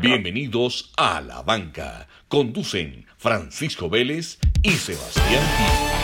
Bienvenidos a La Banca. Conducen Francisco Vélez y Sebastián Gil.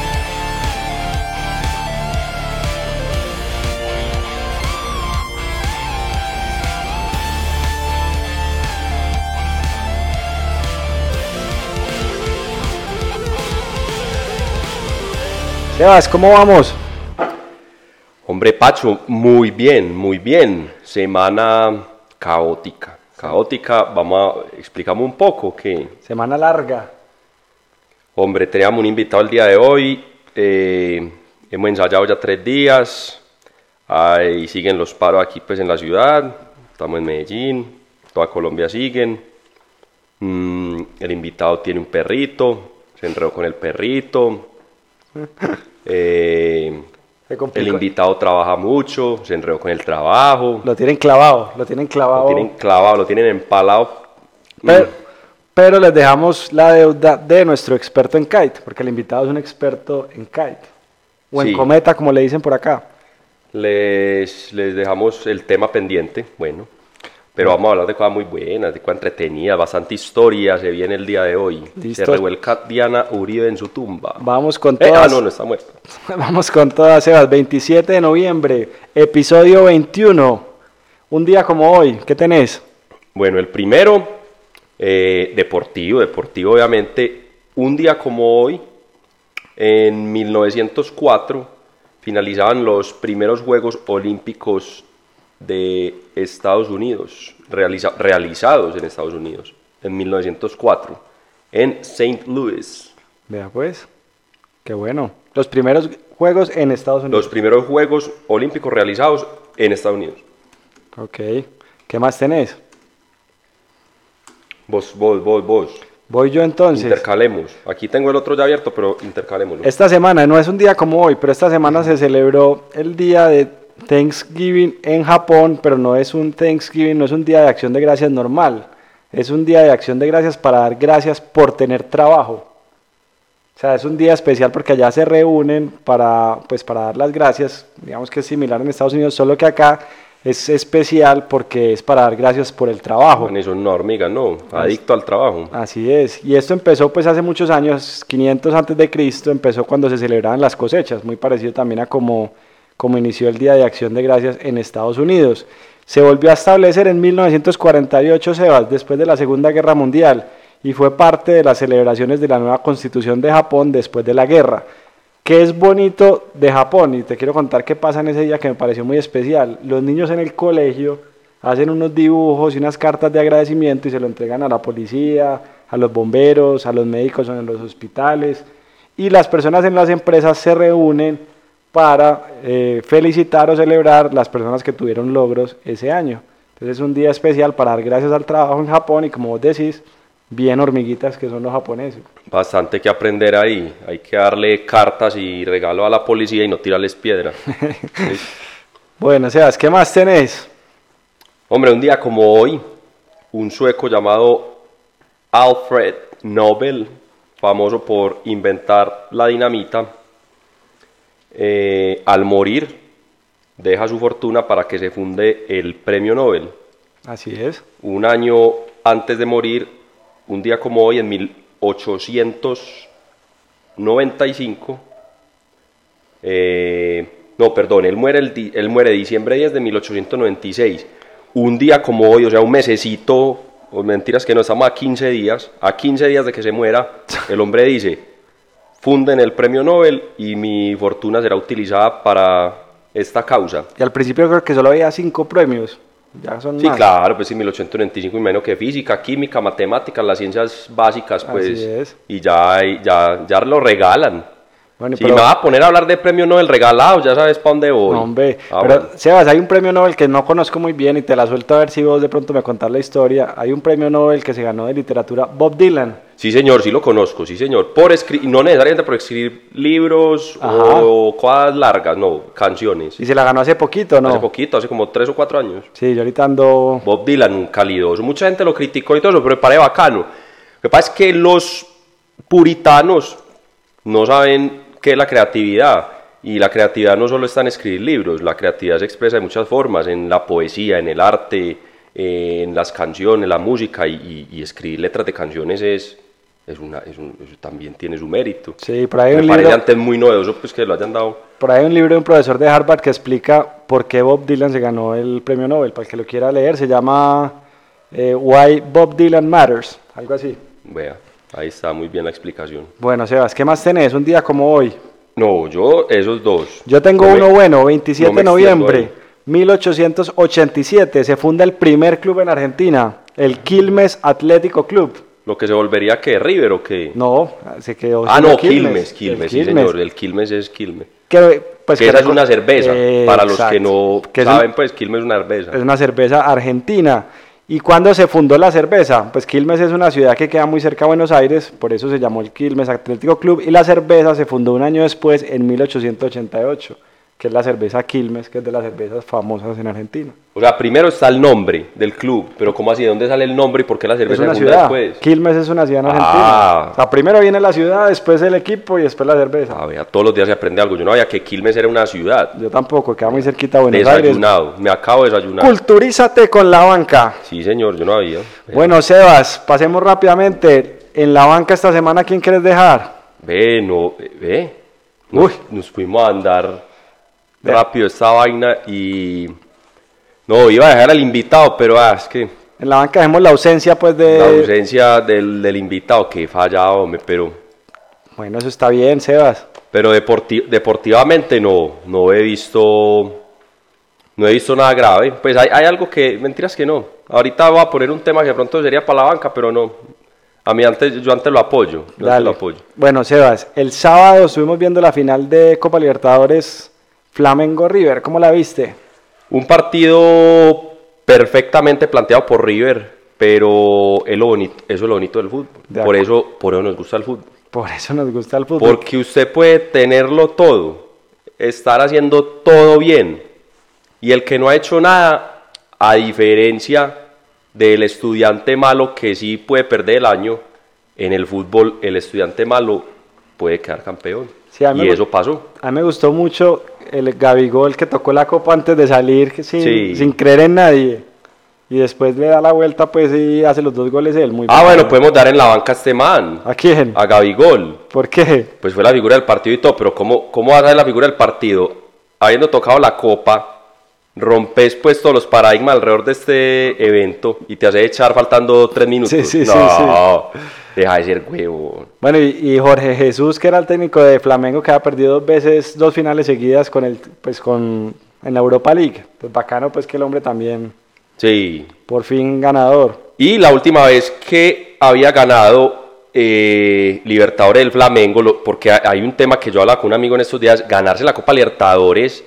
Sebas, ¿cómo vamos? Hombre, Pacho, muy bien, muy bien. Semana caótica. Explicamos un poco que... Semana larga. Hombre, teníamos un invitado el día de hoy. Hemos ensayado ya 3 días. Ahí siguen los paros aquí pues en la ciudad. Estamos en Medellín. Toda Colombia siguen. El invitado tiene un perrito. Se enredó con el perrito. El invitado trabaja mucho, se enredó con el trabajo. Lo tienen clavado. Lo tienen empalado. Pero les dejamos la deuda de nuestro experto en kite, porque el invitado es un experto en kite. O en cometa, como le dicen por acá. Les dejamos el tema pendiente, bueno. Pero vamos a hablar de cosas muy buenas, de cosas entretenidas, bastante historia se viene el día de hoy. ¿Listo? Se revuelca Diana Uribe en su tumba. Vamos con todas. No está muerta. Vamos con todas, Sebas. 27 de noviembre, episodio 21. Un día como hoy, ¿qué tenés? Bueno, el primero, deportivo obviamente. Un día como hoy, en 1904, finalizaban los primeros Juegos Olímpicos de Estados Unidos, realizados en Estados Unidos, en 1904, en St. Louis. Vea pues, qué bueno. Los primeros Juegos en Estados Unidos. Los primeros Juegos Olímpicos realizados en Estados Unidos. Ok, ¿qué más tenés? Vos. Voy yo entonces. Intercalemos. Aquí tengo el otro ya abierto, pero intercalémoslo. Esta semana, no es un día como hoy, pero esta semana se celebró el día de Thanksgiving en Japón, pero no es un Thanksgiving, no es un día de acción de gracias normal, es un día de acción de gracias para dar gracias por tener trabajo. O sea, es un día especial porque allá se reúnen para dar las gracias, digamos que es similar en Estados Unidos, solo que acá es especial porque es para dar gracias por el trabajo. Bueno, eso es una hormiga, ¿no? Adicto al trabajo. Así es, y esto empezó pues hace muchos años, 500 antes de Cristo, empezó cuando se celebraban las cosechas, muy parecido también a como inició el Día de Acción de Gracias en Estados Unidos. Se volvió a establecer en 1948, Sebas, después de la Segunda Guerra Mundial, y fue parte de las celebraciones de la nueva Constitución de Japón después de la guerra. ¿Qué es bonito de Japón? Y te quiero contar qué pasa en ese día que me pareció muy especial. Los niños en el colegio hacen unos dibujos y unas cartas de agradecimiento y se lo entregan a la policía, a los bomberos, a los médicos en los hospitales, y las personas en las empresas se reúnen para felicitar o celebrar las personas que tuvieron logros ese año. Entonces es un día especial para dar gracias al trabajo en Japón y, como vos decís, bien hormiguitas que son los japoneses. Bastante que aprender ahí, hay que darle cartas y regalo a la policía y no tirarles piedra. ¿Sí? Bueno, Sebas, ¿qué más tenés? Hombre, un día como hoy, un sueco llamado Alfred Nobel, famoso por inventar la dinamita, al morir deja su fortuna para que se funde el premio Nobel. Así es. Un año antes de morir, un día como hoy, en 1895, él muere diciembre 10 de 1896. Un día como hoy, o sea, un mesecito, o mentiras que no, estamos a 15 días de que se muera, el hombre dice: funden el premio Nobel y mi fortuna será utilizada para esta causa. Y al principio creo que solo había 5 premios. Ya son sí, más. Claro, pues en 1895, y menos que física, química, matemáticas, las ciencias básicas, pues. Así es. Y ya lo regalan. Bueno, si me vas a poner a hablar de premio Nobel regalado, ya sabes para dónde voy. No, hombre, pero bueno. Sebas, hay un premio Nobel que no conozco muy bien y te la suelto a ver si vos de pronto me contás la historia. Hay un premio Nobel que se ganó de literatura, Bob Dylan. Sí, señor, sí lo conozco, sí, señor. No necesariamente por escribir libros o cosas largas, no, canciones. Y se la ganó hace poquito, ¿no? Hace como 3 o 4 años. Sí, yo ahorita ando... Bob Dylan, un calidoso. Mucha gente lo criticó y todo eso, pero me parece bacano. Lo que pasa es que los puritanos no saben qué es la creatividad. Y la creatividad no solo está en escribir libros, la creatividad se expresa de muchas formas, en la poesía, en el arte, en las canciones, la música y escribir letras de canciones también tiene su mérito. Sí, por ahí me un parece libro, antes muy novedoso pues que lo hayan dado. por ahí un libro de un profesor de Harvard que explica por qué Bob Dylan se ganó el premio Nobel, para el que lo quiera leer, se llama Why Bob Dylan Matters, algo así. Vea, ahí está muy bien la explicación. Bueno, Sebas, ¿qué más tenés un día como hoy? No, yo esos dos. Yo tengo uno bueno, 27 de no me extiendo noviembre, 1887, se funda el primer club en Argentina, el Quilmes Atlético Club. ¿Lo que se volvería que River o qué? No, se quedó. No, Quilmes, Quilmes, sí señor, el Quilmes es Quilmes. Pues, que esa es una cerveza, para los que no que saben, pues Quilmes es una cerveza. Es una cerveza argentina. ¿Y cuándo se fundó la cerveza? Pues Quilmes es una ciudad que queda muy cerca de Buenos Aires, por eso se llamó el Quilmes Atlético Club, y la cerveza se fundó un año después, en 1888, que es la cerveza Quilmes, que es de las cervezas famosas en Argentina. O sea, primero está el nombre del club, pero ¿cómo así? ¿De dónde sale el nombre y por qué la cerveza Es una se funda ciudad. después? Quilmes es una ciudad en Argentina. O sea, primero viene la ciudad, después el equipo y después la cerveza. A ver, todos los días se aprende algo. Yo no sabía que Quilmes era una ciudad. Yo tampoco, queda muy cerquita de Buenos Desayunado, me acabo de desayunar. Culturízate con la banca. Sí, señor, yo no había. Bueno, Sebas, pasemos rápidamente. En la banca esta semana, ¿quién quieres dejar? Nos fuimos a andar rápido esta vaina y... No, iba a dejar al invitado, pero es que... En la banca dejemos la ausencia, pues, de... La ausencia del invitado, que falla, hombre, pero... Bueno, eso está bien, Sebas. Pero deportivamente no he visto nada grave. Pues hay algo que... Mentiras que no. Ahorita voy a poner un tema que de pronto sería para la banca, pero no. Yo antes lo apoyo. Bueno, Sebas, el sábado estuvimos viendo la final de Copa Libertadores Flamengo River. ¿Cómo la viste? Un partido perfectamente planteado por River, pero eso es lo bonito del fútbol. Por eso nos gusta el fútbol. Por eso nos gusta el fútbol. Porque usted puede tenerlo todo, estar haciendo todo bien, y el que no ha hecho nada, a diferencia del estudiante malo que sí puede perder el año, en el fútbol el estudiante malo puede quedar campeón. Sí, y eso pasó. A mí me gustó mucho el Gabigol que tocó la copa antes de salir sin creer en nadie. Y después le da la vuelta pues y hace los 2 goles él. Muy bueno, podemos dar en la banca a este man. ¿A quién? A Gabigol. ¿Por qué? Pues fue la figura del partido y todo, pero ¿cómo va a ser la figura del partido? Habiendo tocado la copa, rompes pues todos los paradigmas alrededor de este evento y te hace echar faltando 3 minutos. Sí. Deja de ser huevo. Bueno, y Jorge Jesús, que era el técnico de Flamengo, que había perdido 2 finales seguidas en la Europa League. Pues bacano pues que el hombre también... Sí. Por fin ganador. Y la última vez que había ganado Libertadores del Flamengo, porque hay un tema que yo hablaba con un amigo en estos días, ganarse la Copa Libertadores...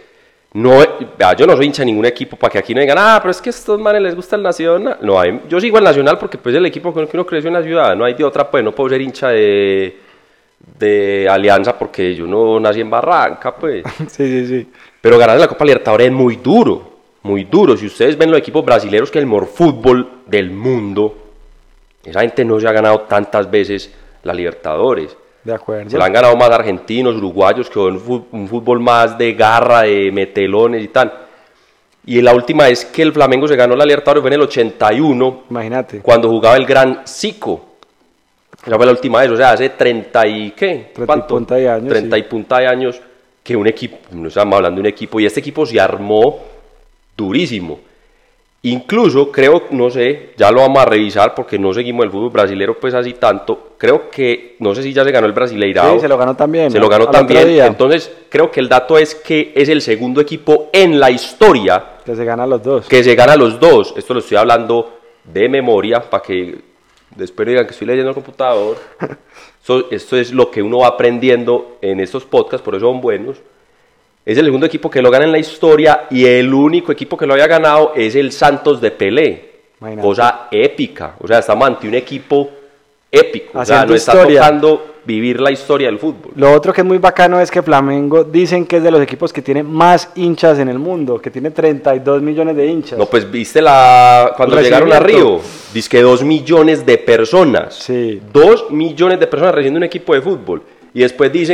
yo no soy hincha de ningún equipo para que aquí no digan, pero es que a estos manes les gusta el Nacional. No, yo sigo el Nacional porque pues es el equipo con el que uno creció en la ciudad, no hay de otra, pues no puedo ser hincha de Alianza porque yo no nací en Barranca, pues. Sí. Pero ganar la Copa Libertadores es muy duro, muy duro. Si ustedes ven los equipos brasileños, que es el mejor fútbol del mundo, esa gente no se ha ganado tantas veces la Libertadores. De acuerdo. Se la han ganado más argentinos, uruguayos, que un fútbol más de garra, de metelones y tal. Y la última vez que el Flamengo se ganó la Libertadores fue en el 81. Imagínate. Cuando jugaba el Gran Zico. Esa fue la última vez, o sea, hace 30 y ¿qué? 30 y punta de años. 30 y punta de años que un equipo, no estamos hablando de un equipo, y este equipo se armó durísimo. Incluso creo, no sé, ya lo vamos a revisar porque no seguimos el fútbol brasilero pues así tanto. Creo que, no sé si ya se ganó el Brasileirao. Sí, se lo ganó también. Se lo ganó también. Entonces, creo que el dato es que es el segundo equipo en la historia que se gana los 2. Que se gana los 2. Esto lo estoy hablando de memoria para que después digan que estoy leyendo el computador. Esto es lo que uno va aprendiendo en estos podcasts, por eso son buenos. Es el segundo equipo que lo gana en la historia y el único equipo que lo había ganado es el Santos de Pelé. Imagínate. Cosa épica. O sea, estamos ante un equipo épico. O sea, nos está tocando vivir la historia del fútbol. Lo otro que es muy bacano es que Flamengo dicen que es de los equipos que tiene más hinchas en el mundo, que tiene 32 millones de hinchas. No, pues viste cuando llegaron a Río, dice que 2 millones de personas. Sí. 2 millones de personas recibiendo un equipo de fútbol. Y después dicen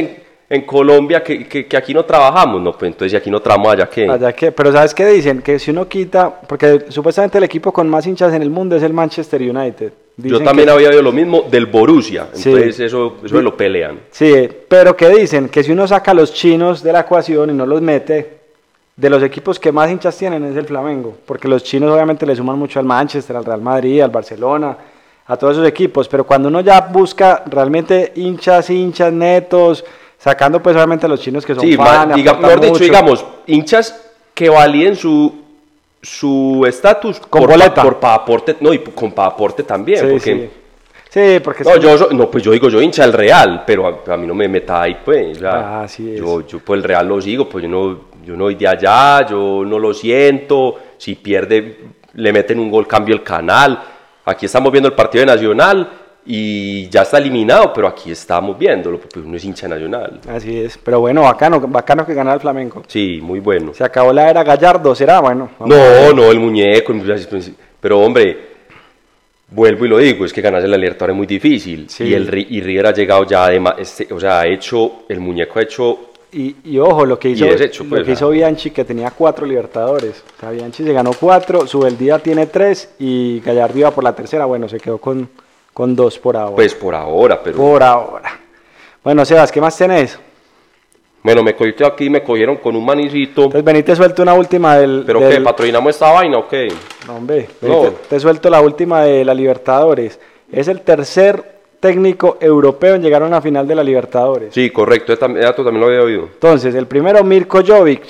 en Colombia que aquí no trabajamos. No, pues entonces si aquí no trabajamos, allá qué. Allá que, pero ¿sabes qué dicen? Que si uno quita, porque supuestamente el equipo con más hinchas en el mundo es el Manchester United. Yo Dicen también que, había oído lo mismo del Borussia, Sí. entonces eso lo pelean. sí, pero que dicen que si uno saca a los chinos de la ecuación y no los mete, de los equipos que más hinchas tienen es el Flamengo, porque los chinos obviamente le suman mucho al Manchester, al Real Madrid, al Barcelona, a todos esos equipos, pero cuando uno ya busca realmente hinchas netos, sacando pues obviamente a los chinos que son Sí, fan, mejor aportan dicho, mucho. digamos, hinchas que validen su estatus Con por, boleta. por pasaporte, no, y con pasaporte también, Sí, porque... sí. Sí, porque No, es que- pues yo digo, yo hincha del Real, pero a mí no me meta ahí, pues. O sea, Así es. yo pues el Real lo sigo, pues yo no voy de allá, yo no lo siento. Si pierde, le meten un gol, cambio el canal. Aquí estamos viendo el partido de Nacional y ya está eliminado, pero aquí estamos viéndolo, porque uno es hincha de Nacional. Así es, pero bueno, bacano que ganara el Flamengo. Sí, muy bueno. Se acabó la era Gallardo, ¿será? Bueno. vamos a ver. No, el muñeco, pero hombre, vuelvo y lo digo, es que ganarse la Libertadores es muy difícil. Sí. Y River ha llegado ya, o sea, el muñeco ha hecho... Y ojo, lo que hizo, Y es hecho, pues, lo que hizo Bianchi, que tenía 4 Libertadores. O sea, Bianchi se ganó 4, Subeldía tiene 3 y Gallardo iba por la tercera. Bueno, se quedó con 2 por ahora. Pues por ahora, pero... Por ahora. Bueno, Sebas, ¿qué más tenés? Bueno, me cogieron con un manicito. Entonces, vení, te suelto una última del... ¿Pero del- qué? ¿Patrocinamos esta vaina o qué? No, hombre, No. vení, te suelto la última de la Libertadores. Es el tercer técnico europeo en llegar a una final de la Libertadores. Sí, correcto, ese dato también lo había oído. Entonces, el primero, Mirko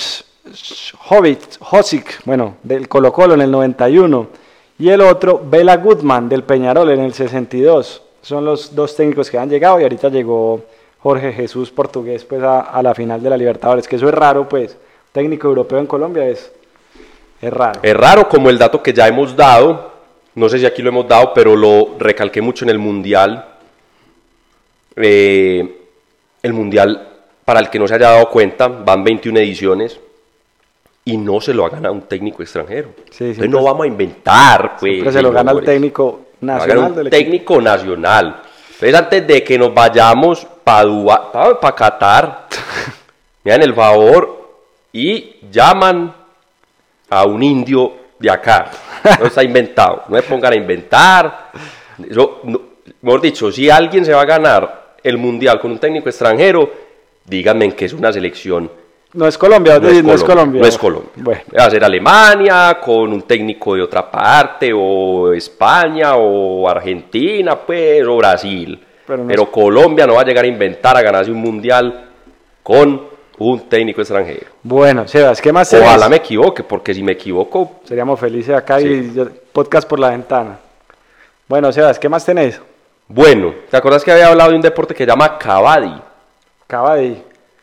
Josic, bueno, del Colo-Colo en el 91. Y el otro, Bela Goodman, del Peñarol en el 62. Son los dos técnicos que han llegado y ahorita llegó Jorge Jesús, portugués, pues a la final de la Libertadores. Que eso es raro, pues. Técnico europeo en Colombia es raro. Es raro como el dato que ya hemos dado, no sé si aquí lo hemos dado, pero lo recalqué mucho en el Mundial. El Mundial, para el que no se haya dado cuenta, van 21 ediciones y no se lo ha ganado un técnico extranjero. Sí, Entonces siempre no vamos a inventar, pues. Siempre se lo gana el señores. técnico Lo va a ganar nacional un del equipo. técnico nacional. Entonces, antes de que nos vayamos para Qatar, me dan el favor y llaman a un indio de acá. No está inventado. No me pongan a inventar. Eso, mejor dicho, si alguien se va a ganar el mundial con un técnico extranjero, díganme que es una selección. No es Colombia, No es no es Colombia. No es Colombia. Bueno, Va a ser Alemania con un técnico de otra parte, o España, o Argentina, pues, o Brasil. Pero Pero, no Colombia no va a llegar a inventar a ganarse un mundial con un técnico extranjero. bueno, Sebas, ¿qué más tenés? Ojalá me equivoque, porque si me equivoco, Seríamos felices acá Sí. y podcast por la ventana. Bueno, Sebas, ¿qué más tenés? bueno, ¿te acuerdas que había hablado de un deporte que se llama Kabaddi? Kabaddi.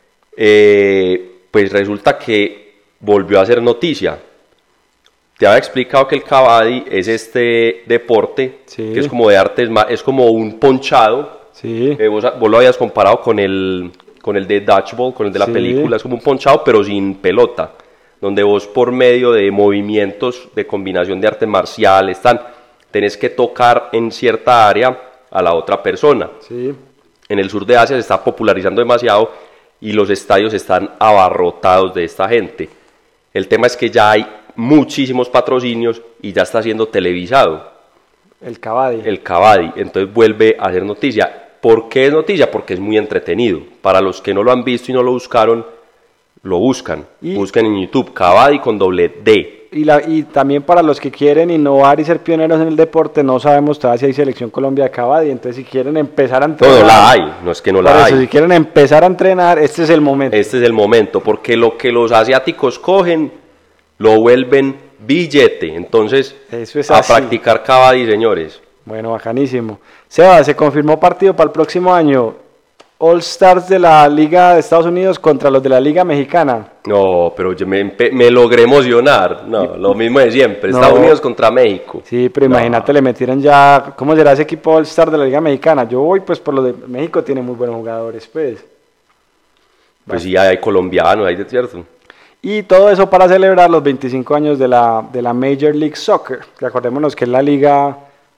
Pues resulta que volvió a ser noticia. Te había explicado que el Kabaddi es este deporte Sí. que es como de artes, es como un ponchado. Sí. Vos lo habías comparado con el de Dodgeball, con el de la Sí. película, es como un ponchado pero sin pelota, donde vos por medio de movimientos de combinación de artes marciales tenés que tocar en cierta área a la otra persona. Sí. En el sur de Asia se está popularizando demasiado y los estadios están abarrotados de esta gente. El tema es que ya hay muchísimos patrocinios y ya está siendo televisado El Kabaddi. el Kabaddi, entonces vuelve a ser noticia. ¿Por qué es noticia? Porque es muy entretenido. Para los que no lo han visto y no lo buscaron, lo buscan. Y- Busquen en YouTube Kabaddi con doble D. Y también para los que quieren innovar y ser pioneros en el deporte, no sabemos todavía si hay selección Colombia de Kabaddi, entonces si quieren empezar a entrenar... No la hay, no es que no Por la eso, hay. si quieren empezar a entrenar, este es el momento. Este es el momento, porque lo que los asiáticos cogen, lo vuelven billete. Entonces, Eso es a así. practicar Kabaddi, señores. Bueno, bacanísimo. Seba, se confirmó partido para el próximo año. All Stars de la Liga de Estados Unidos contra los de la Liga Mexicana. No, pero yo me logré emocionar. No, lo mismo de siempre. No. Estados Unidos contra México. Sí, pero No. imagínate, le metieron ya... ¿Cómo será ese equipo All Star de la Liga Mexicana? Yo voy pues por lo de México, tiene muy buenos jugadores, pues. Pues sí, hay colombianos, hay de cierto. Y todo eso para celebrar los 25 años de la Major League Soccer, que acordémonos que es la liga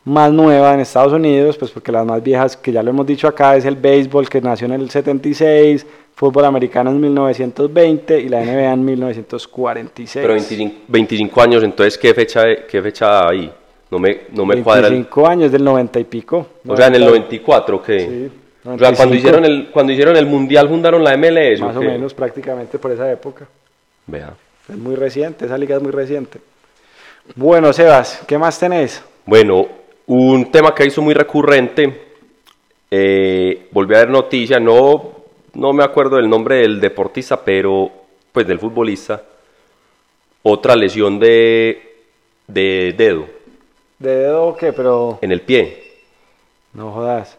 más nueva en Estados Unidos, pues porque las más viejas, que ya lo hemos dicho acá, es el béisbol, que nació en el 76, fútbol americano en 1920 y la NBA en 1946. Pero 25 años, entonces, ¿qué fecha hay? No me cuadra. 25 años, del 90 y pico. O sea, en el 94, ¿qué? Sí, 95. O sea, cuando hicieron el Mundial, fundaron la MLS. Más o menos, prácticamente por esa época. Vea. Es muy reciente, esa liga es muy reciente. Bueno, Sebas, ¿qué más tenés? Bueno, un tema que hizo muy recurrente, volví a ver noticias, no me acuerdo del nombre del deportista, pero pues del futbolista, otra lesión de dedo. ¿De dedo o qué? Pero... en el pie. No jodas.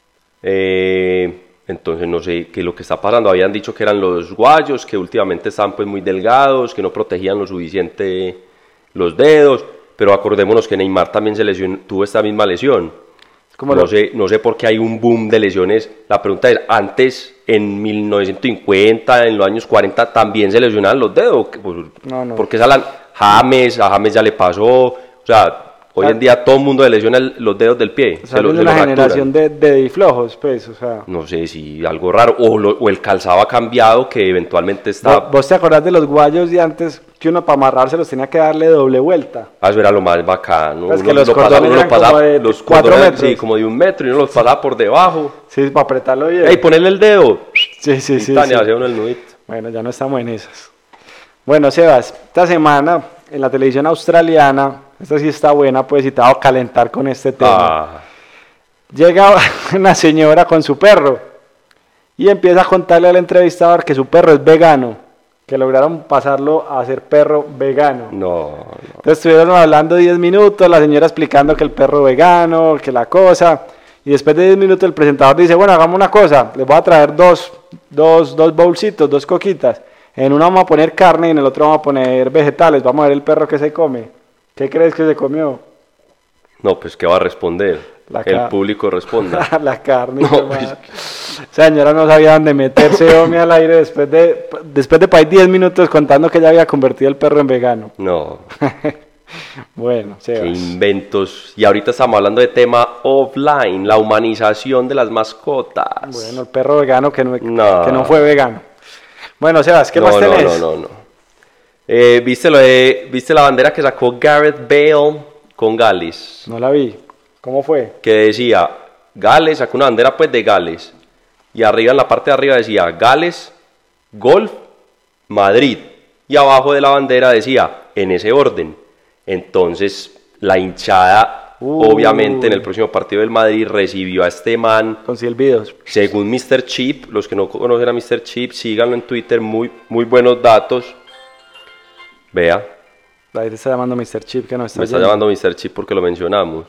Entonces no sé qué es lo que está pasando. Habían dicho que eran los guayos, que últimamente están pues muy delgados, que no protegían lo suficiente los dedos, pero acordémonos que Neymar también tuvo esta misma lesión. No sé por qué hay un boom de lesiones. La pregunta es, antes, en 1950, en los años 40, ¿también se lesionaban los dedos? Pues, no. Porque a James ya le pasó. O sea, hoy en día todo el mundo le lesiona los dedos del pie. O sea, es una generación de dediflojos, pues, o sea. No sé si algo raro, o el calzado ha cambiado, que eventualmente está... ¿Vos te acordás de los guayos de antes, que uno para amarrárselos tenía que darle doble vuelta? Eso era lo más bacano. Es que los cordones eran como de 4 metros. Sí, como de 1 metro, y uno los pasaba por debajo. Sí, para apretarlo bien. ¡Ey, ponerle el dedo! Sí. Hacía uno el nudito. Bueno, ya no estamos en esas. Bueno, Sebas, esta semana en la televisión australiana, esta sí está buena, pues, y te voy a calentar con este tema. Llega una señora con su perro y empieza a contarle al entrevistador que su perro es vegano, que lograron pasarlo a ser perro vegano. No. Entonces estuvieron hablando 10 minutos, la señora explicando que el perro vegano, que la cosa, y después de 10 minutos el presentador dice, bueno, hagamos una cosa, les voy a traer dos bolsitos, 2 coquitas. En una vamos a poner carne y en el otro vamos a poner vegetales. Vamos a ver el perro que se come. ¿Qué crees que se comió? No, pues ¿qué va a responder? El público responda. La carne. No, señora no sabía dónde meterse, hombre, al aire después de para 10 minutos contando que ella había convertido el perro en vegano. No. Bueno, Sebas. Qué inventos. Y ahorita estamos hablando de tema offline, la humanización de las mascotas. Bueno, el perro vegano que no fue vegano. Bueno, Sebas, ¿qué más tenés? No. ¿Viste la bandera que sacó Gareth Bale con Gales? No la vi. ¿Cómo fue? Que decía, Gales, sacó una bandera pues de Gales. Y arriba, en la parte de arriba decía, Gales, Golf, Madrid. Y abajo de la bandera decía, en ese orden. Entonces, la hinchada, obviamente, en el próximo partido del Madrid recibió a este man. Con silbidos. Según Mr. Chip, los que no conocen a Mr. Chip, síganlo en Twitter, muy buenos datos. Vea. Ahí te está llamando Mr. Chip, que no está. Me está llamando Mr. Chip porque lo mencionamos.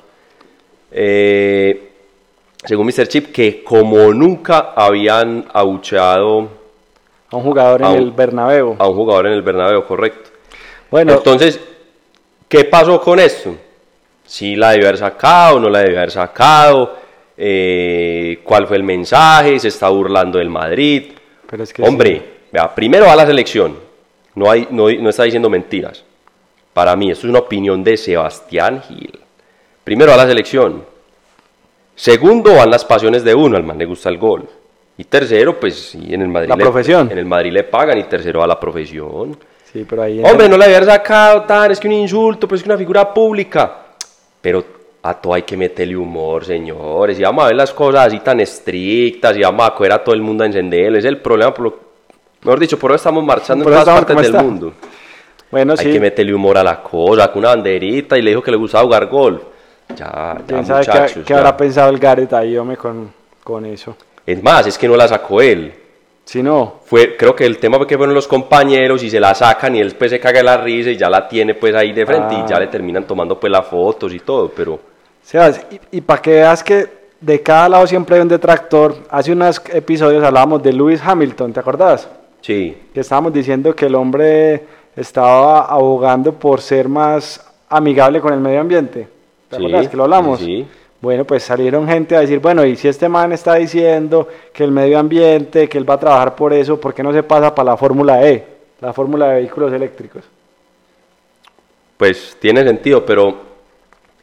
Según Mr. Chip, que como nunca habían abucheado a un jugador en el Bernabéu. A un jugador en el Bernabéu, correcto. Bueno. Entonces, ¿qué pasó con esto? ¿Sí la debió haber sacado, no la debió haber sacado? ¿Cuál fue el mensaje? ¿Se está burlando del Madrid? Pero es que hombre, sí. Vea, primero va la selección. No está diciendo mentiras. Para mí, esto es una opinión de Sebastián Gil. Primero va la selección. Segundo van las pasiones de uno, al man le gusta el gol. Y tercero, pues sí, en el Madrid. La profesión. En el Madrid le pagan, y tercero va la profesión. Sí, pero ahí... Hombre, no la había sacado, tan, es que un insulto, pues es que una figura pública. Pero a todo hay que meterle humor, señores. Y vamos a ver las cosas así tan estrictas, y vamos a coger a todo el mundo a encenderlo. Es el problema, mejor dicho, por eso estamos marchando en todas partes del mundo. Bueno, hay que meterle humor a la cosa, con una banderita, y le dijo que le gustaba jugar golf. Ya ¿quién sabe muchachos. ¿Qué habrá pensado el Gareth ahí, hombre, con eso? Es más, es que no la sacó él. Si no. Creo que el tema fue que fueron los compañeros y se la sacan y él pues se caga de la risa y ya la tiene pues ahí de frente y ya le terminan tomando pues las fotos y todo, pero... Sebas, y para que veas que de cada lado siempre hay un detractor, hace unos episodios hablábamos de Lewis Hamilton, ¿te acordás? Sí. Que estábamos diciendo que el hombre estaba abogando por ser más amigable con el medio ambiente. ¿Te acordás que lo hablamos? Sí. Bueno, pues salieron gente a decir, bueno, y si este man está diciendo que el medio ambiente, que él va a trabajar por eso, ¿por qué no se pasa para la Fórmula E, la Fórmula de vehículos eléctricos? Pues tiene sentido, pero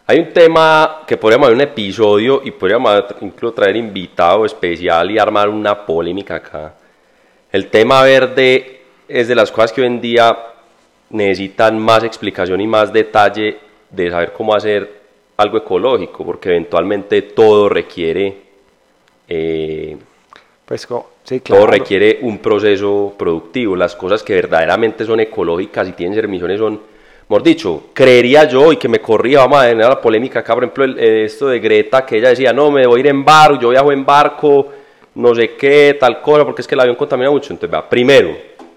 Hay un tema que podríamos hacer un episodio y podríamos incluso traer invitado especial y armar una polémica acá. El tema verde es de las cosas que hoy en día necesitan más explicación y más detalle de saber cómo hacer algo ecológico, porque eventualmente todo requiere, sí, claro. todo requiere un proceso productivo. Las cosas que verdaderamente son ecológicas y tienen emisiones son, mejor dicho, creería yo, y que me corría, vamos a tener la polémica acá, por ejemplo, esto de Greta, que ella decía, no, me voy a ir en barco, yo viajo en barco, no sé qué, tal cosa, porque es que el avión contamina mucho. Entonces, vea, primero,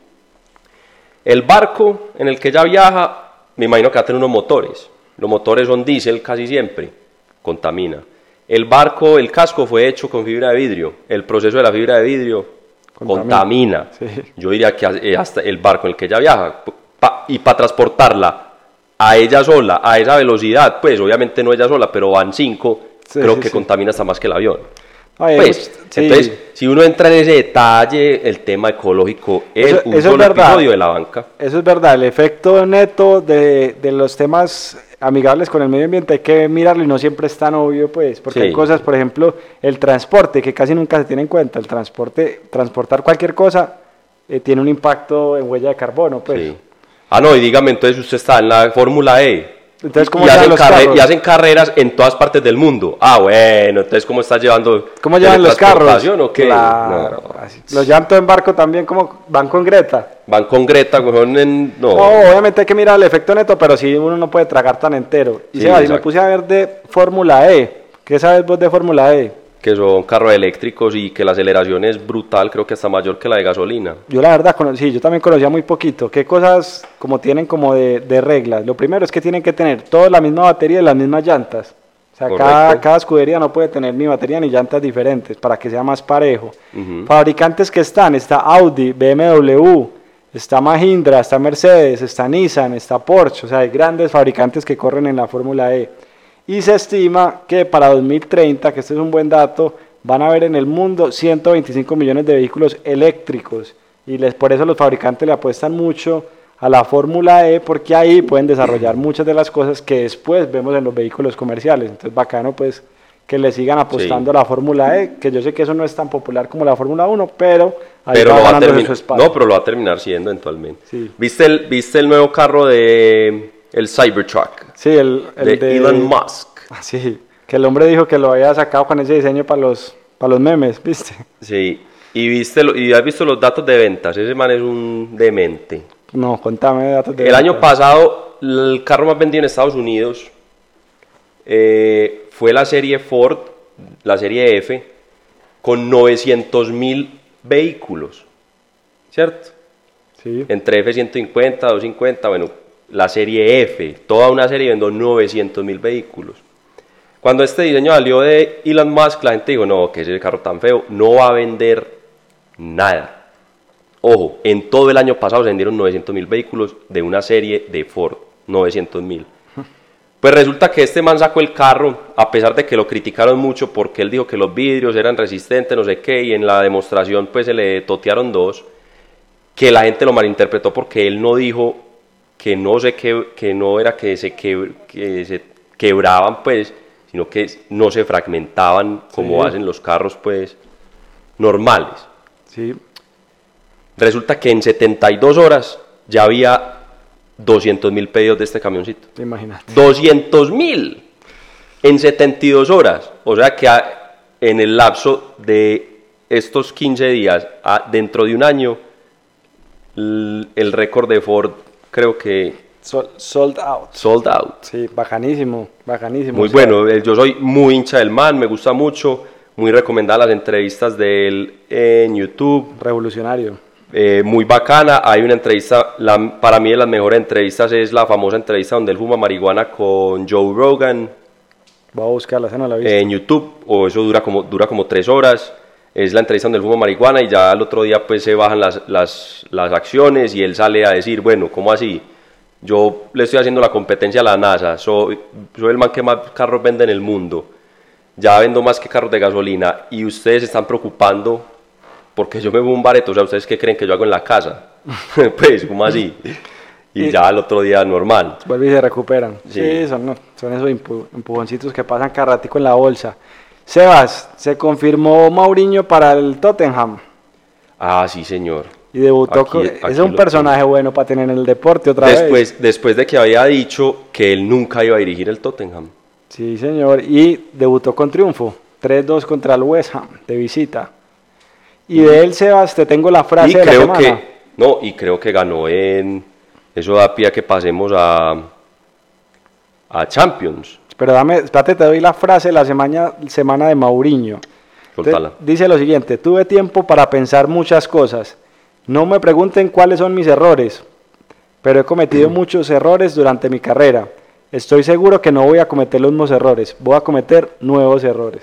el barco en el que ella viaja, me imagino que va a tener unos motores. Los motores son diésel casi siempre, contamina. El barco, el casco fue hecho con fibra de vidrio. El proceso de la fibra de vidrio contamina. Sí. Yo diría que hasta el barco en el que ella viaja, y para transportarla a ella sola, a esa velocidad, pues obviamente no ella sola, pero van 5, sí, creo que contamina hasta más que el avión. Pues, sí. Entonces, si uno entra en ese detalle, el tema ecológico es un solo episodio de La Banca. Eso es verdad, el efecto neto de los temas amigables con el medio ambiente hay que mirarlo y no siempre es tan obvio, pues, porque hay cosas, por ejemplo, el transporte, que casi nunca se tiene en cuenta. El transportar cualquier cosa tiene un impacto en huella de carbono, pues. Sí. Ah, no, y dígame, entonces usted está en la Fórmula E. Entonces, ¿cómo llevan los carros? Y hacen carreras en todas partes del mundo. Ah, bueno, entonces, ¿cómo está llevando? ¿Cómo llevan los carros? ¿O qué? Claro. No. Los llevan todo en barco también, ¿cómo van con Greta? Van con Greta, no. No, obviamente hay que mirar el efecto neto, pero sí uno no puede tragar tan entero. Y sí, me puse a ver de Fórmula E. ¿Qué sabes vos de Fórmula E? Que son carros eléctricos y que la aceleración es brutal, creo que hasta mayor que la de gasolina. Yo la verdad, yo también conocía muy poquito. ¿Qué cosas como tienen como de reglas? Lo primero es que tienen que tener toda la misma batería y las mismas llantas. O sea, cada escudería no puede tener ni batería ni llantas diferentes para que sea más parejo. Fabricantes que está Audi, BMW, está Mahindra, está Mercedes, está Nissan, está Porsche. O sea, hay grandes fabricantes que corren en la Fórmula E. Y se estima que para 2030, que este es un buen dato, van a haber en el mundo 125 millones de vehículos eléctricos. Y por eso los fabricantes le apuestan mucho a la Fórmula E, porque ahí pueden desarrollar muchas de las cosas que después vemos en los vehículos comerciales. Entonces, bacano pues que le sigan apostando a la Fórmula E, que yo sé que eso no es tan popular como la Fórmula 1, pero ahí va ganando su espacio. No, pero lo va a terminar siendo eventualmente. Sí. ¿Viste el nuevo carro de el Cybertruck? Sí, el de Elon Musk. Sí, que el hombre dijo que lo había sacado con ese diseño para los memes, ¿viste? Sí, y has visto los datos de ventas. Ese man es un demente. No, contame datos de ventas. El año pasado, el carro más vendido en Estados Unidos fue la serie Ford, la serie F, con 900,000 vehículos, ¿cierto? Sí. Entre F-150, 250, bueno, la serie F, toda una serie vendió 900,000 vehículos. Cuando este diseño salió de Elon Musk, la gente dijo, no, que ese carro tan feo, no va a vender nada. Ojo, en todo el año pasado se vendieron 900,000 vehículos de una serie de Ford, 900,000. Pues resulta que este man sacó el carro, a pesar de que lo criticaron mucho porque él dijo que los vidrios eran resistentes, no sé qué, y en la demostración pues se le totearon 2, que la gente lo malinterpretó porque él no dijo que no era que se quebraban pues, sino que no se fragmentaban como hacen los carros pues normales. Sí. Resulta que en 72 horas ya había 200,000 pedidos de este camioncito. Imagínate. 200,000 en 72 horas. O sea que en el lapso de estos 15 días, dentro de un año, el récord de Ford creo que... Sold out. Sold out. Sí, bacanísimo. Muy bueno, yo soy muy hincha del man, me gusta mucho, muy recomendada las entrevistas de él en YouTube. Revolucionario. Muy bacana, hay una entrevista, para mí de las mejores entrevistas es la famosa entrevista donde él fuma marihuana con Joe Rogan. Voy a buscarla, esa no la he visto. En YouTube, o eso dura como 3 horas, es la entrevista donde él fuma marihuana y ya al otro día pues se bajan las acciones y él sale a decir, bueno, ¿cómo así? Yo le estoy haciendo la competencia a la NASA, soy el man que más carros vende en el mundo, ya vendo más que carros de gasolina y ustedes se están preocupando porque yo me fumo un bareto, o sea, ¿ustedes qué creen que yo hago en la casa? Pues, ¿cómo así? y ya el otro día normal. Vuelve y se recuperan. Sí. Sí, son esos empujoncitos que pasan cada ratico en la bolsa. Sebas, se confirmó Mourinho para el Tottenham. Ah, sí, señor. Y debutó es un personaje bueno para tener en el deporte otra vez. Después de que había dicho que él nunca iba a dirigir el Tottenham. Sí, señor. Y debutó con triunfo. 3-2 contra el West Ham, de visita. Y de él, Sebas, te tengo la frase de la semana. Y creo que ganó en... Eso da pie a que pasemos a Champions. Pero espérate, te doy la frase de la semana de Mourinho. Dice lo siguiente: tuve tiempo para pensar muchas cosas. No me pregunten cuáles son mis errores, pero he cometido muchos errores durante mi carrera. Estoy seguro que no voy a cometer los mismos errores, voy a cometer nuevos errores.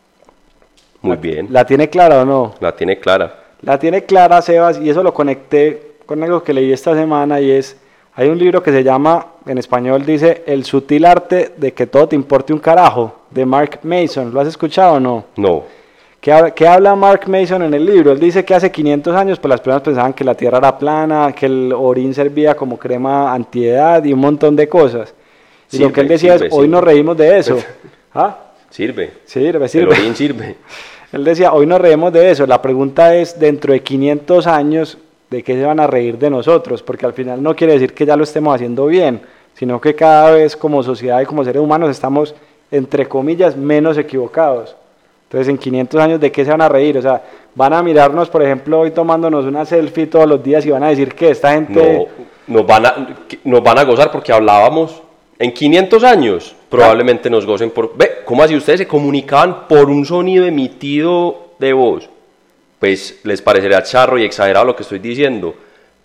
Muy bien. ¿La tiene clara o no? La tiene clara. La tiene clara, Sebas, y eso lo conecté con algo que leí esta semana, y hay un libro que se llama, en español dice, El sutil arte de que todo te importe un carajo, de Mark Mason. ¿Lo has escuchado o no? No. ¿Qué habla Mark Mason en el libro? Él dice que hace 500 años pues las personas pensaban que la Tierra era plana, que el orín servía como crema antiedad y un montón de cosas. Y lo que él decía hoy nos reímos de eso. ¿Ah? Sirve. Sirve. El orín sirve. Él decía, hoy nos reímos de eso. La pregunta es, dentro de 500 años, ¿de qué se van a reír de nosotros? Porque al final no quiere decir que ya lo estemos haciendo bien, sino que cada vez como sociedad y como seres humanos estamos, entre comillas, menos equivocados. Entonces, en 500 años, ¿de qué se van a reír? O sea, van a mirarnos, por ejemplo, hoy tomándonos una selfie todos los días y van a decir que esta gente... No, nos van a gozar porque hablábamos. En 500 años probablemente nos gocen por... ¿Cómo así ustedes se comunicaban por un sonido emitido de voz? Pues les parecerá charro y exagerado lo que estoy diciendo,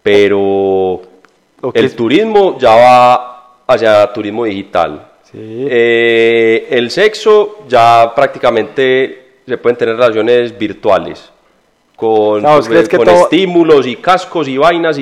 pero el turismo ya va hacia turismo digital. Sí. El sexo ya prácticamente se pueden tener relaciones virtuales con estímulos y cascos y vainas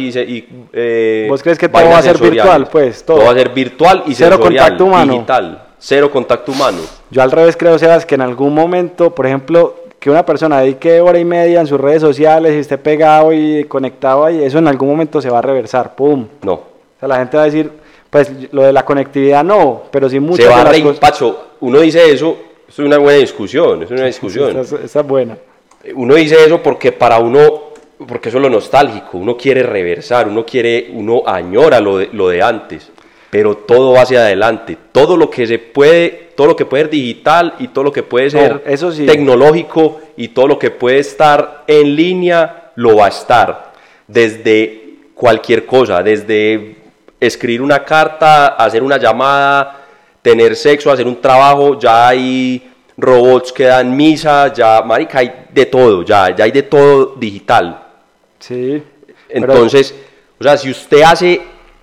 ¿Vos crees que todo va a ser virtual? Pues todo va a ser virtual y cero sensorial, contacto humano. Digital, cero contacto humano. Yo al revés creo, Sebas, que en algún momento, por ejemplo, que una persona dedique hora y media en sus redes sociales y esté pegado y conectado ahí, eso en algún momento se va a reversar, ¡pum! No. O sea, la gente va a decir, pues lo de la conectividad no, pero sí muchas se va de a las cosas... Pacho, uno dice eso, es una buena discusión, es una discusión. Esa es buena. Uno dice eso porque porque eso es lo nostálgico, uno quiere reversar, uno añora lo de antes, pero todo va hacia adelante, todo lo que puede ser digital y todo lo que puede ser eso sí, tecnológico y todo lo que puede estar en línea, lo va a estar, desde cualquier cosa, desde escribir una carta, hacer una llamada, tener sexo, hacer un trabajo, ya hay robots que dan misa, ya, marica, hay de todo, ya hay de todo digital. Sí. Entonces, o sea, si usted hace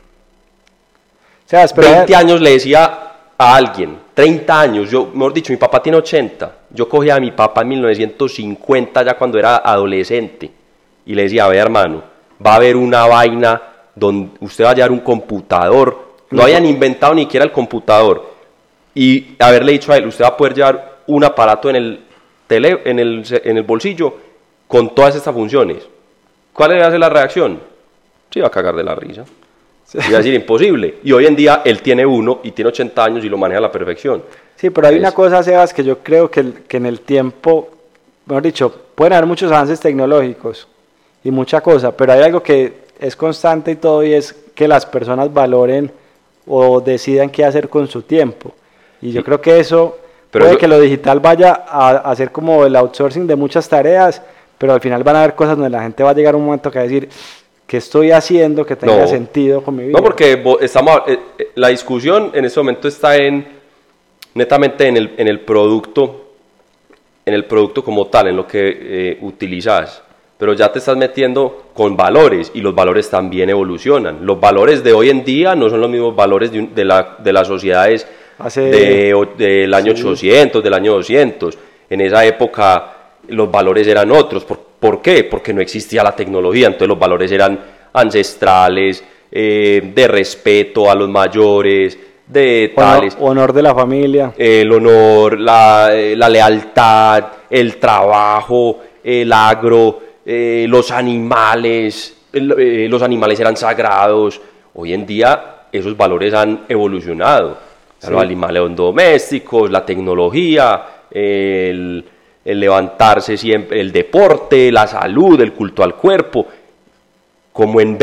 20 años le decía a alguien, 30 años, yo, mejor dicho, mi papá tiene 80, yo cogía a mi papá en 1950, ya cuando era adolescente, y le decía, a ver, hermano, va a haber una vaina donde usted va a llevar un computador, no habían inventado ni siquiera el computador, y haberle dicho a él, usted va a poder llevar un aparato en el bolsillo con todas estas funciones. ¿Cuál iba a ser la reacción? Se iba a cagar de la risa. Sí. Iba a decir imposible. Y hoy en día él tiene uno y tiene 80 años y lo maneja a la perfección. Sí, pero hay una cosa, Sebas, que yo creo que en el tiempo, mejor dicho, pueden haber muchos avances tecnológicos y mucha cosa, pero hay algo que es constante y todo, y es que las personas valoren o decidan qué hacer con su tiempo. Y yo creo que eso puede que lo digital vaya a hacer como el outsourcing de muchas tareas, pero al final van a haber cosas donde la gente va a llegar a un momento que va a decir, ¿qué estoy haciendo que tenga sentido con mi vida? No, porque la discusión en este momento está netamente en el producto como tal, en lo que utilizas, pero ya te estás metiendo con valores y los valores también evolucionan. Los valores de hoy en día no son los mismos valores de las sociedades del año 800, del año 200. En esa época los valores eran otros. ¿Por qué? Porque no existía la tecnología, entonces los valores eran ancestrales, de respeto a los mayores, de tales. Honor de la familia. El honor, la lealtad, el trabajo, el agro, los animales eran sagrados. Hoy en día esos valores han evolucionado. Sí. Los animales domésticos, la tecnología, el levantarse siempre, el deporte, la salud, el culto al cuerpo. Como en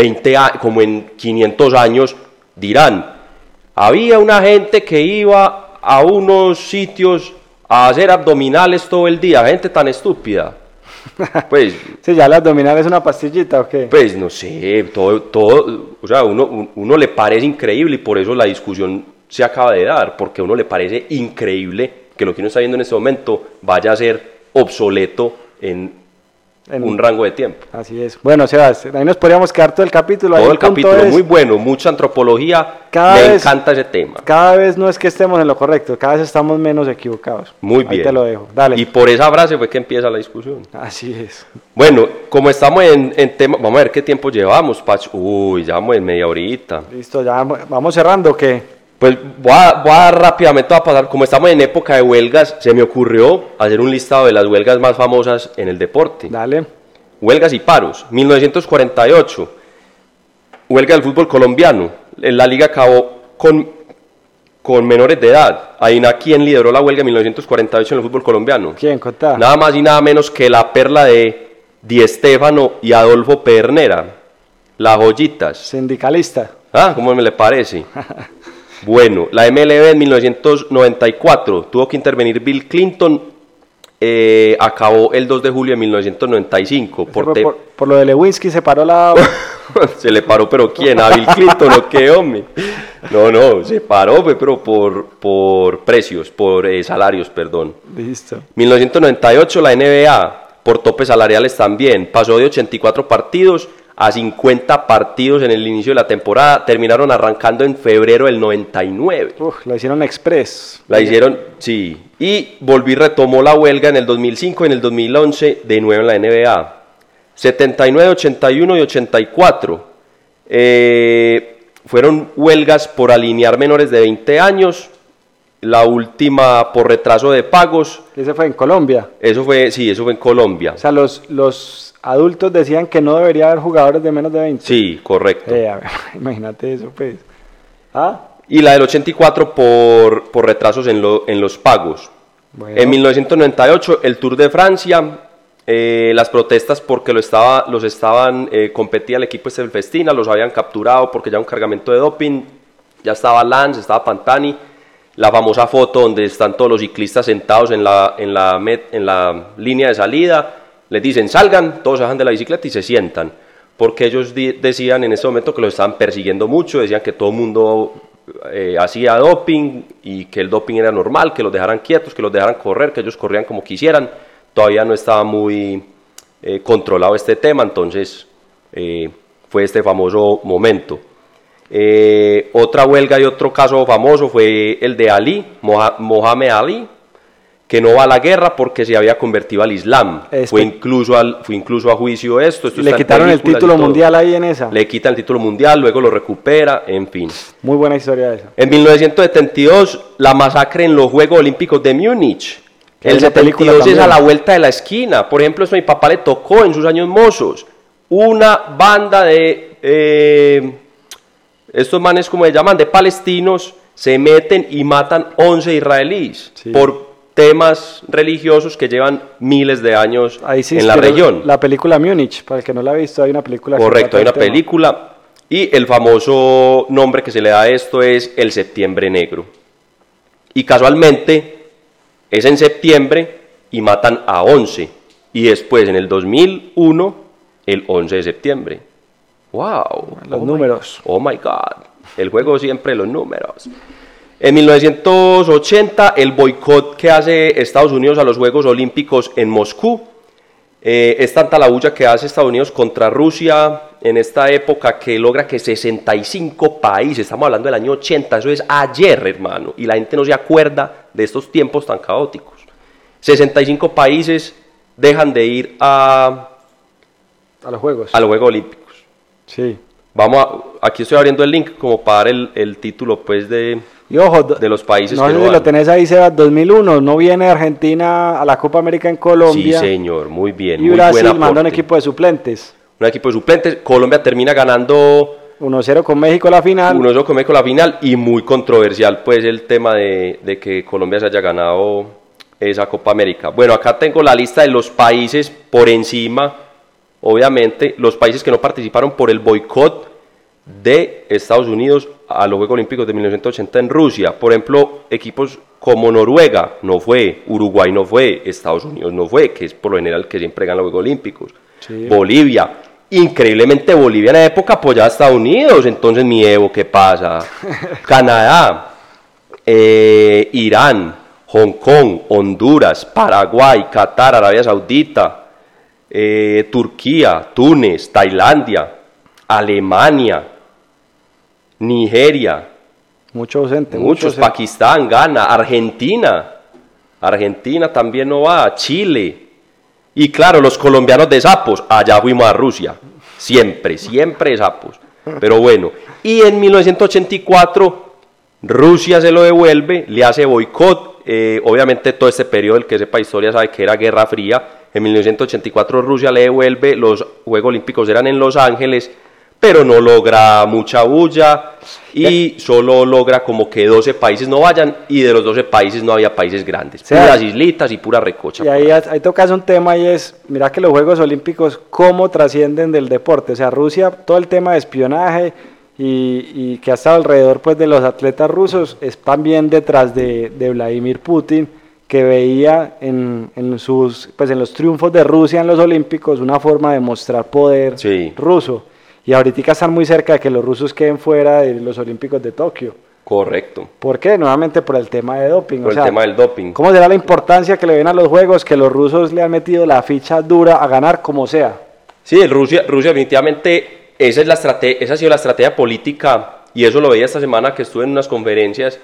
500 años dirán, había una gente que iba a unos sitios a hacer abdominales todo el día, gente tan estúpida. Pues, sí, ya el abdominal es una pastillita, ¿o qué? Pues no sé, todo, o sea, uno le parece increíble y por eso la discusión se acaba de dar, porque a uno le parece increíble que lo que uno está viendo en este momento vaya a ser obsoleto en un rango de tiempo. Así es. Bueno, Sebas, ahí nos podríamos quedar todo el capítulo. Todo el capítulo, muy bueno, mucha antropología, me encanta ese tema. Cada vez no es que estemos en lo correcto, cada vez estamos menos equivocados. Muy bien. Ahí te lo dejo, dale. Y por esa frase fue que empieza la discusión. Así es. Bueno, como estamos en tema, vamos a ver qué tiempo llevamos, Pacho. Uy, ya vamos en media horita. Listo, ya vamos cerrando, ¿o qué? Pues voy a rápidamente a pasar, como estamos en época de huelgas, se me ocurrió hacer un listado de las huelgas más famosas en el deporte. Dale. Huelgas y paros. 1948, huelga del fútbol colombiano. La liga acabó con menores de edad. Adivina quién lideró la huelga en 1948 en el fútbol colombiano. ¿Quién? Contá. Nada más y nada menos que la perla de Di Stéfano y Adolfo Pedernera, las joyitas. Sindicalista. Ah, ¿cómo me le parece? Bueno, la MLB en 1994 tuvo que intervenir Bill Clinton, acabó el 2 de julio de 1995. Por lo de Lewinsky se paró la... Se le paró, pero ¿quién? ¿A Bill Clinton o qué, hombre? No, se paró, pero por precios, por salarios, perdón. Listo. 1998 la NBA, por topes salariales también, pasó de 84 partidos a 50 partidos en el inicio de la temporada, terminaron arrancando en febrero del 99. La hicieron express. La hicieron, sí, y volví y retomó la huelga en el 2005 y en el 2011 de nuevo en la NBA. 79, 81 y 84 fueron huelgas por alinear menores de 20 años, la última por retraso de pagos. ¿Ese fue en Colombia? Eso fue en Colombia. O sea, los adultos decían que no debería haber jugadores de menos de 20. Sí, correcto. A ver, imagínate eso, pues. ¿Ah? Y la del 84 por retrasos en los pagos. Bueno. En 1998, el Tour de Francia, las protestas porque competía el equipo Festina, los habían capturado porque ya un cargamento de doping, ya estaba Lance, estaba Pantani, la famosa foto donde están todos los ciclistas sentados en la línea de salida. Les dicen salgan, todos se bajan de la bicicleta y se sientan, porque ellos decían en ese momento que los estaban persiguiendo mucho, decían que todo el mundo hacía doping y que el doping era normal, que los dejaran quietos, que los dejaran correr, que ellos corrían como quisieran. Todavía no estaba muy controlado este tema, entonces fue este famoso momento. Otra huelga y otro caso famoso fue el de Ali, Mohamed Ali, que no va a la guerra porque se había convertido al Islam. Fue incluso a juicio esto. Le quitaron el título mundial ahí en esa. Le quitan el título mundial, luego lo recupera, en fin. Muy buena historia esa. En 1972, la masacre en los Juegos Olímpicos de Múnich. El 72 es a la vuelta de la esquina. Por ejemplo, eso a mi papá le tocó en sus años mozos. Una banda de... estos manes, como se llaman, de palestinos, se meten y matan 11 israelíes. Sí. Por temas religiosos que llevan miles de años en la región. La película Múnich, para el que no la ha visto, hay una película. Correcto, hay una película, y el famoso nombre que se le da a esto es el Septiembre Negro. Y casualmente es en septiembre y matan a 11, y después en el 2001, el 11 de septiembre. ¡Wow! Los números. Oh my God, el juego siempre los números. En 1980, el boicot que hace Estados Unidos a los Juegos Olímpicos en Moscú, es tanta la bulla que hace Estados Unidos contra Rusia en esta época que logra que 65 países, estamos hablando del año 80, eso es ayer, hermano, y la gente no se acuerda de estos tiempos tan caóticos. 65 países dejan de ir a los Juegos Olímpicos. Sí. Aquí estoy abriendo el link como para dar el título, pues, de los países no que sé si lo tenés ahí, Sebas. 2001, no viene Argentina a la Copa América en Colombia. Sí, señor, muy bien. Y muy Brasil buen manda un equipo de suplentes. Un equipo de suplentes. Colombia termina ganando 1-0 con México la final. 1-0 con México la final, y muy controversial pues el tema de que Colombia se haya ganado esa Copa América. Bueno, acá tengo la lista de los países por encima, obviamente, los países que no participaron por el boicot de Estados Unidos a los Juegos Olímpicos de 1980 en Rusia. Por ejemplo, equipos como Noruega no fue, Uruguay no fue, Estados Unidos no fue, que es por lo general que siempre ganan los Juegos Olímpicos. Sí. Bolivia, increíblemente Bolivia en la época apoyaba a Estados Unidos, entonces mi Evo, ¿qué pasa? Canadá, Irán, Hong Kong, Honduras, Paraguay, Qatar, Arabia Saudita, Turquía, Túnez, Tailandia, Alemania, Nigeria, muchos, Pakistán, Ghana, Argentina también no va, Chile, y claro, los colombianos de sapos, allá fuimos a Rusia, siempre sapos, pero bueno, y en 1984 Rusia se lo devuelve, le hace boicot, obviamente todo este periodo, el que sepa historia sabe que era Guerra Fría. En 1984 Rusia le devuelve, los Juegos Olímpicos eran en Los Ángeles, pero no logra mucha bulla y solo logra como que 12 países no vayan, y de los 12 países no había países grandes, puras islitas y pura recocha. Y ahí tocas un tema, y es, mira que los Juegos Olímpicos cómo trascienden del deporte, o sea, Rusia, todo el tema de espionaje y que ha estado alrededor pues de los atletas rusos es también detrás de Vladimir Putin, que veía en los triunfos de Rusia en los Olímpicos una forma de mostrar poder ruso. Y ahorita están muy cerca de que los rusos queden fuera de los Olímpicos de Tokio. Correcto. ¿Por qué? Nuevamente por el tema de doping. Por el tema del doping. ¿Cómo será la importancia que le ven a los Juegos, que los rusos le han metido la ficha dura a ganar como sea? Sí, Rusia definitivamente, esa ha sido la estrategia política, y eso lo veía esta semana que estuve en unas conferencias.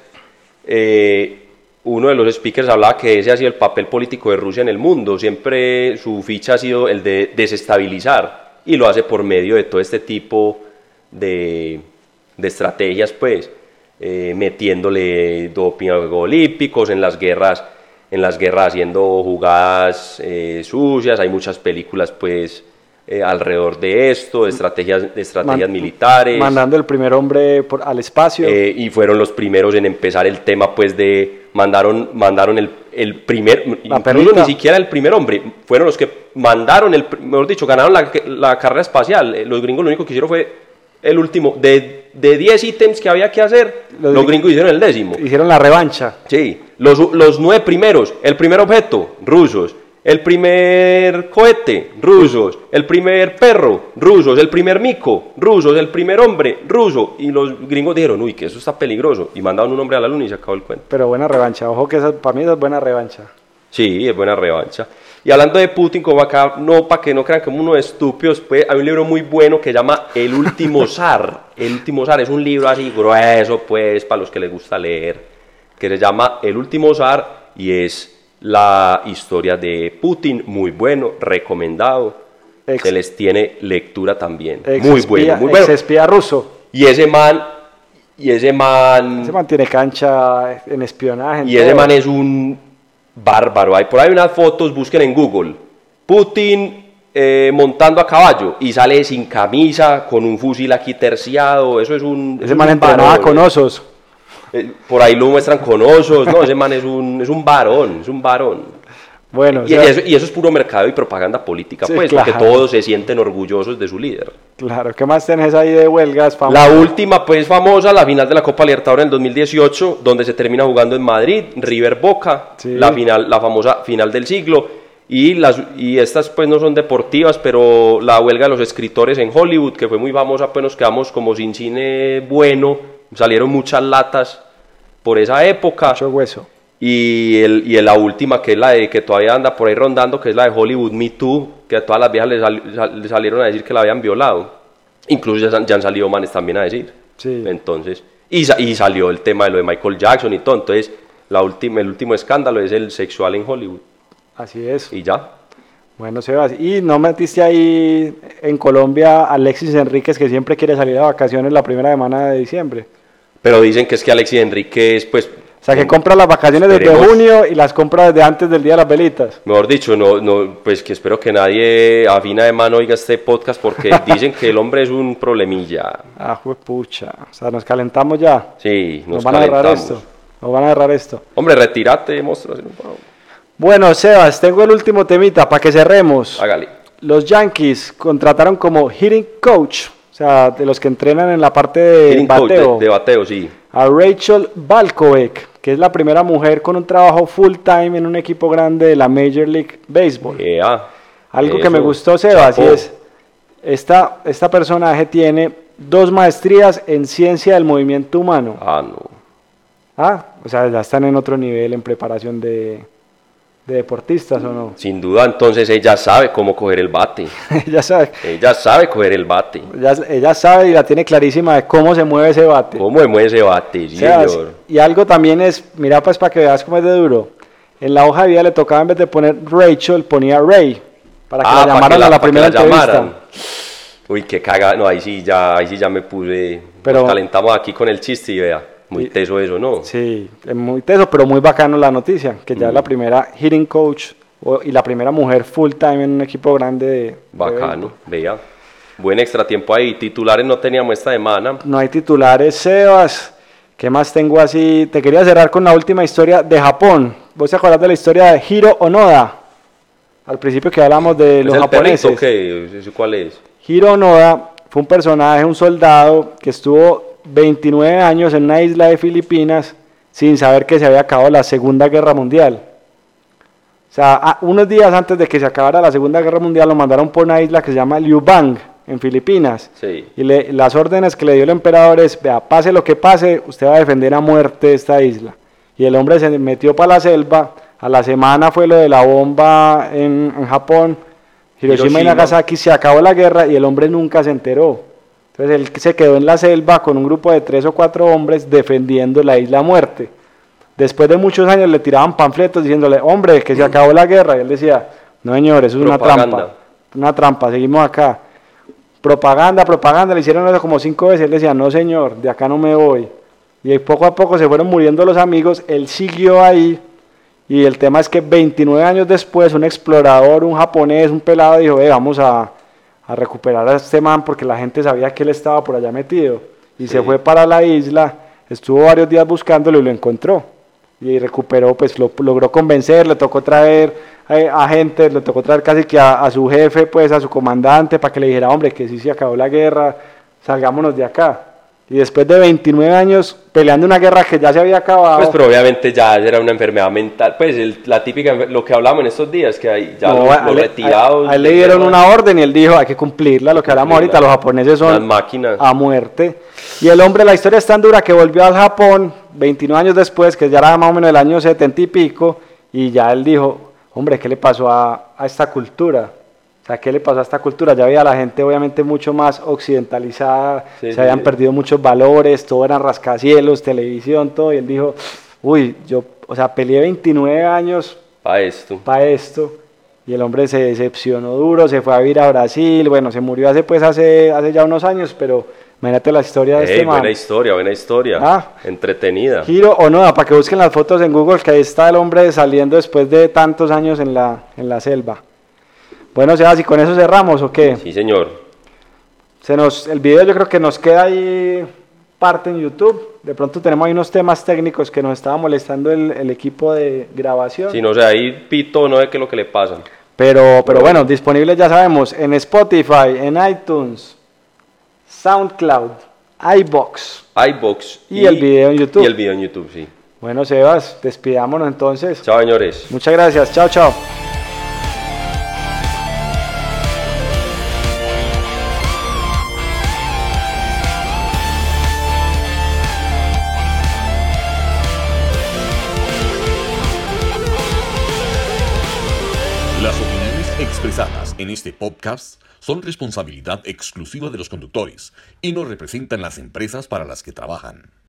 Uno de los speakers hablaba que ese ha sido el papel político de Rusia en el mundo. Siempre su ficha ha sido el de desestabilizar, y lo hace por medio de todo este tipo de estrategias, pues, metiéndole doping a los Juegos Olímpicos, en las guerras haciendo jugadas sucias. Hay muchas películas, pues, alrededor de esto, de estrategias militares. Mandando el primer hombre al espacio. Y fueron los primeros en empezar el tema, pues, de mandaron el primer, incluso ni siquiera el primer hombre, fueron los que mandaron, mejor dicho, ganaron la carrera espacial. Los gringos lo único que hicieron fue el último, de 10 ítems que había que hacer, los gringos hicieron el 10º. Hicieron la revancha. Sí, los 9 primeros, el primer objeto, rusos. El primer cohete, rusos. El primer perro, rusos. El primer mico, rusos. El primer hombre, ruso. Y los gringos dijeron, uy, que eso está peligroso. Y mandaron un hombre a la luna y se acabó el cuento. Pero buena revancha. Ojo que para mí es buena revancha. Sí, es buena revancha. Y hablando de Putin, como acá, no, para que no crean como unos estúpidos, pues, hay un libro muy bueno que se llama El Último Zar. El Último Zar es un libro así grueso, pues, para los que les gusta leer, que se llama El Último Zar, y es la historia de Putin, muy bueno, recomendado. Se les tiene lectura también. Muy bueno. Espía ruso. Y ese man tiene cancha en espionaje. Y ese man es un bárbaro. Por ahí unas fotos, busquen en Google. Putin montando a caballo, y sale sin camisa, con un fusil aquí terciado. Eso es un... Ese man entrenaba con osos. Por ahí lo muestran con osos. No, ese man es un varón. Bueno, y eso es puro mercado y propaganda política, sí, pues, claro, porque todos se sienten orgullosos de su líder. Claro, ¿qué más tenés ahí de huelgas famosas? La última, pues, famosa, la final de la Copa Libertadores en el 2018, donde se termina jugando en Madrid, River Boca, sí. La famosa final del siglo, y estas, pues, no son deportivas, pero la huelga de los escritores en Hollywood, que fue muy famosa, pues nos quedamos como sin cine bueno, salieron muchas latas por esa época. Mucho hueso. Y la última, que es la de que todavía anda por ahí rondando, que es la de Hollywood Me Too, que a todas las viejas le salieron a decir que la habían violado. Incluso ya han salido manes también a decir. Sí. Entonces, y salió el tema de lo de Michael Jackson y todo. Entonces, el último escándalo es el sexual en Hollywood. Así es. Y ya. Bueno, Sebas, ¿y no metiste ahí en Colombia a Alexis Enríquez, que siempre quiere salir de vacaciones la primera semana de diciembre? Pero dicen que es que Alexis Enríquez, pues... sea, que compra las vacaciones desde Esperemos. junio y las compra desde antes del Día de las Velitas. Mejor dicho, pues que espero que nadie afina de mano oiga este podcast porque dicen que el hombre es un problemilla. Ah, juepucha. O sea, nos calentamos ya. Sí, Nos nos van a agarrar calentamos. esto. Nos van a agarrar esto. Hombre, retírate, monstruo. Bueno, Sebas, tengo el último temita para que cerremos. Hágale. Los Yankees contrataron como hitting coach, o sea, de los que entrenan en la parte de Hitting coach, bateo, de bateo, sí. a Rachel Balkovec, que es la primera mujer con un trabajo full time en un equipo grande de la Major League Baseball. Algo que me eso, gustó, Sebas, y chapó. es, esta personaje tiene 2 maestrías en ciencia del movimiento humano. No. O sea, ya están en otro nivel en preparación de deportistas, ¿o no? Sin duda, entonces ella sabe cómo coger el bate. Ya sabes. Ella sabe coger el bate. Ella sabe y la tiene clarísima de cómo se mueve ese bate. ¿Cómo se mueve ese bate, sí, O sea, señor? y algo también es, mira pues para que veas cómo es de duro. En la hoja de vida le tocaba en vez de poner Rachel, ponía Ray, para que la para llamaran a la primera entrevista. Uy, qué caga. No, ahí sí ya me puse. Pero- Nos calentamos aquí con el chiste y vea. Muy Y- teso eso, ¿no? Sí, es muy teso, pero muy bacano la noticia, que ya es la primera hitting coach y la primera mujer full time en un equipo grande de Bacano, vea. Buen extratiempo ahí. Titulares no teníamos esta semana. No hay titulares, Sebas. ¿Qué más tengo así? Te quería cerrar con la última historia de Japón. ¿Vos te acordás de la historia de Hiro Onoda? Al principio que hablamos de ¿Es los el japoneses. perrito o qué? ¿Ese ¿Cuál es? Hiro Onoda fue un personaje, un soldado que estuvo 29 años en una isla de Filipinas sin saber que se había acabado la Segunda Guerra Mundial. O sea, unos días antes de que se acabara la Segunda Guerra Mundial lo mandaron por una isla que se llama Liu Bang, en Filipinas. Sí. Y las órdenes que le dio el emperador es, vea, pase lo que pase, usted va a defender a muerte esta isla. Y el hombre se metió para la selva, a la semana fue lo de la bomba en Japón, Hiroshima y Nagasaki, se acabó la guerra y el hombre nunca se enteró. Entonces él se quedó en la selva con un grupo de 3 o 4 hombres defendiendo la isla a muerte. Después de muchos años le tiraban panfletos diciéndole, hombre, que se acabó la guerra. Y él decía, no señor, eso es Propaganda. una trampa, seguimos acá. Propaganda, le hicieron eso como 5 veces. Él decía, no señor, de acá no me voy. Y poco a poco se fueron muriendo los amigos, él siguió ahí. Y el tema es que 29 años después, un explorador, un japonés, un pelado, dijo, vamos a recuperar a este man porque la gente sabía que él estaba por allá metido. Y se fue para la isla, estuvo varios días buscándolo y lo encontró. Y recuperó, pues logró convencer, le tocó traer a gente, le tocó traer casi que a su jefe, pues a su comandante, para que le dijera, hombre, que sí se acabó la guerra, salgámonos de acá. Y después de 29 años peleando una guerra que ya se había acabado. Pues, pero obviamente ya era una enfermedad mental. Pues la típica, lo que hablamos en estos días, que hay ya los retirados. A él le dieron una orden y él dijo, hay que cumplirla. Lo que hablamos ahorita, los japoneses son las máquinas. a muerte. Y el hombre, la historia es tan dura que volvió al Japón 29 años después, que ya era más o menos el año 70 y pico, y ya él dijo, hombre, ¿qué le pasó a esta cultura? O sea, ¿qué le pasó a esta cultura? Ya había la gente obviamente mucho más occidentalizada, se habían perdido muchos valores, todo eran rascacielos, televisión, todo, y él dijo, uy, peleé 29 años para esto, y el hombre se decepcionó duro, se fue a vivir a Brasil, bueno, se murió hace ya unos años, pero imagínate la historia de este man. Buena historia, entretenida. Hiro Onoda, para que busquen las fotos en Google, que ahí está el hombre saliendo después de tantos años en la selva. Bueno, Sebas, ¿y con eso cerramos o qué? Sí, señor. El video yo creo que nos queda ahí parte en YouTube. De pronto tenemos ahí unos temas técnicos que nos estaba molestando el equipo de grabación. Si no sé, ahí Pito no ve qué es lo que le pasa. Pero bueno, disponible ya sabemos en Spotify, en iTunes, SoundCloud, iBox y el video en YouTube. Y el video en YouTube, sí. Bueno, Sebas, despidámonos entonces. Chao, señores. Muchas gracias. Chao, chao. Las opiniones expresadas en este podcast son responsabilidad exclusiva de los conductores y no representan las empresas para las que trabajan.